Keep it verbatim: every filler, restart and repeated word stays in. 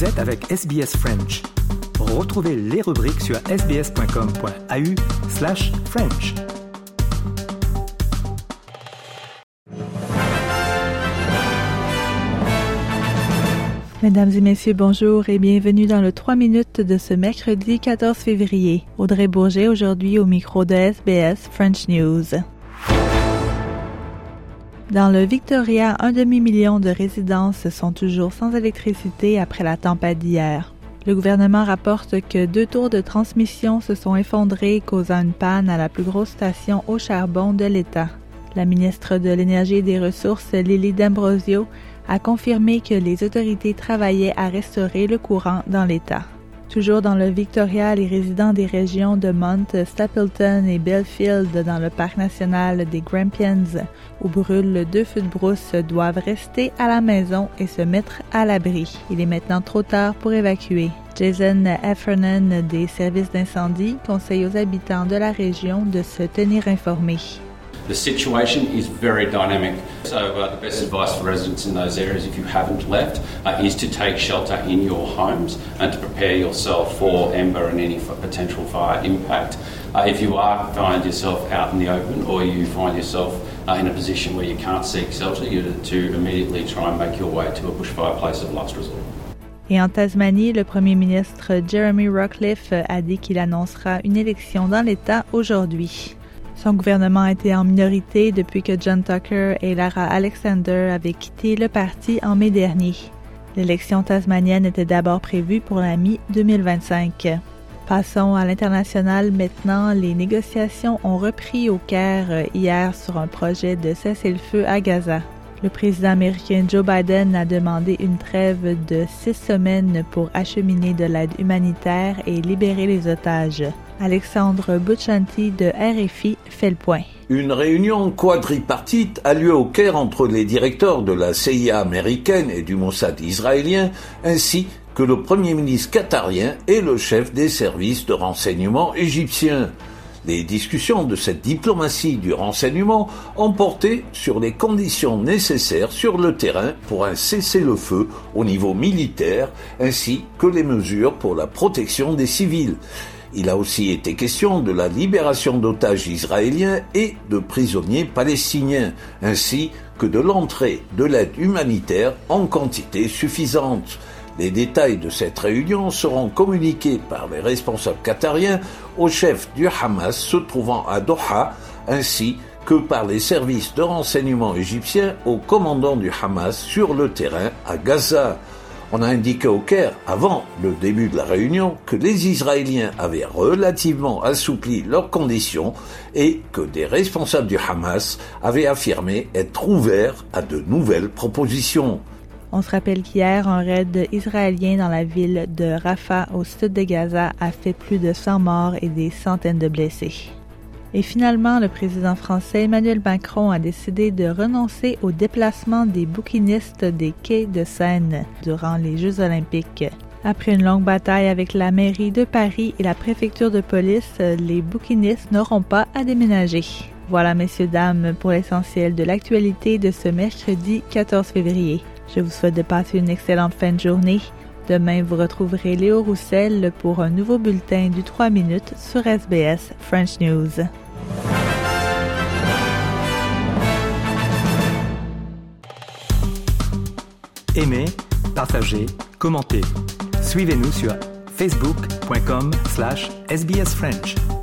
Vous êtes avec S B S French. Retrouvez les rubriques sur sbs.com.au slash French. Mesdames et messieurs, bonjour et bienvenue dans le trois minutes de ce mercredi quatorze février. Audrey Bourget aujourd'hui au micro de S B S French News. Dans le Victoria, un demi-million de résidences sont toujours sans électricité après la tempête d'hier. Le gouvernement rapporte que deux tours de transmission se sont effondrés, causant une panne à la plus grosse station au charbon de l'État. La ministre de l'Énergie et des Ressources, Lily D'Ambrosio, a confirmé que les autorités travaillaient à restaurer le courant dans l'État. Toujours dans le Victoria, les résidents des régions de Mont, Stapleton et Belfield dans le parc national des Grampians, où brûlent deux feux de brousse, doivent rester à la maison et se mettre à l'abri. Il est maintenant trop tard pour évacuer. Jason Heffernan des services d'incendie conseille aux habitants de la région de se tenir informés. The situation is very dynamic, so uh, the best advice for residents in those areas, if you haven't left, uh, is to take shelter in your homes and to prepare yourself for ember and any f- potential fire impact. Uh, if you are find yourself out in the open or you find yourself uh, in a position where you can't seek shelter, you to immediately try and make your way to a bushfire place of last resort. Et en Tasmanie, le premier ministre Jeremy Rockliff a dit qu'il annoncera une élection dans l'État aujourd'hui. Son gouvernement était en minorité depuis que John Tucker et Lara Alexander avaient quitté le parti en mai dernier. L'élection tasmanienne était d'abord prévue pour la mi-deux mille vingt-cinq. Passons à l'international maintenant. Les négociations ont repris au Caire hier sur un projet de cessez-le-feu à Gaza. Le président américain Joe Biden a demandé une trêve de six semaines pour acheminer de l'aide humanitaire et libérer les otages. Alexandre Butchanti de R F I fait le point. Une réunion quadripartite a lieu au Caire entre les directeurs de la C I A américaine et du Mossad israélien, ainsi que le premier ministre qatarien et le chef des services de renseignement égyptiens. Les discussions de cette diplomatie du renseignement ont porté sur les conditions nécessaires sur le terrain pour un cessez-le-feu au niveau militaire, ainsi que les mesures pour la protection des civils. Il a aussi été question de la libération d'otages israéliens et de prisonniers palestiniens, ainsi que de l'entrée de l'aide humanitaire en quantité suffisante. Les détails de cette réunion seront communiqués par les responsables qatariens au chef du Hamas se trouvant à Doha, ainsi que par les services de renseignement égyptiens au commandant du Hamas sur le terrain à Gaza. On a indiqué au Caire, avant le début de la réunion, que les Israéliens avaient relativement assoupli leurs conditions et que des responsables du Hamas avaient affirmé être ouverts à de nouvelles propositions. On se rappelle qu'hier, un raid israélien dans la ville de Rafah, au sud de Gaza, a fait plus de cent morts et des centaines de blessés. Et finalement, le président français Emmanuel Macron a décidé de renoncer au déplacement des bouquinistes des quais de Seine durant les Jeux olympiques. Après une longue bataille avec la mairie de Paris et la préfecture de police, les bouquinistes n'auront pas à déménager. Voilà, messieurs, dames, pour l'essentiel de l'actualité de ce mercredi quatorze février. Je vous souhaite de passer une excellente fin de journée. Demain, vous retrouverez Léo Roussel pour un nouveau bulletin du trois minutes sur S B S French News. Aimez, partagez, commentez. Suivez-nous sur facebook point com slash S B S French.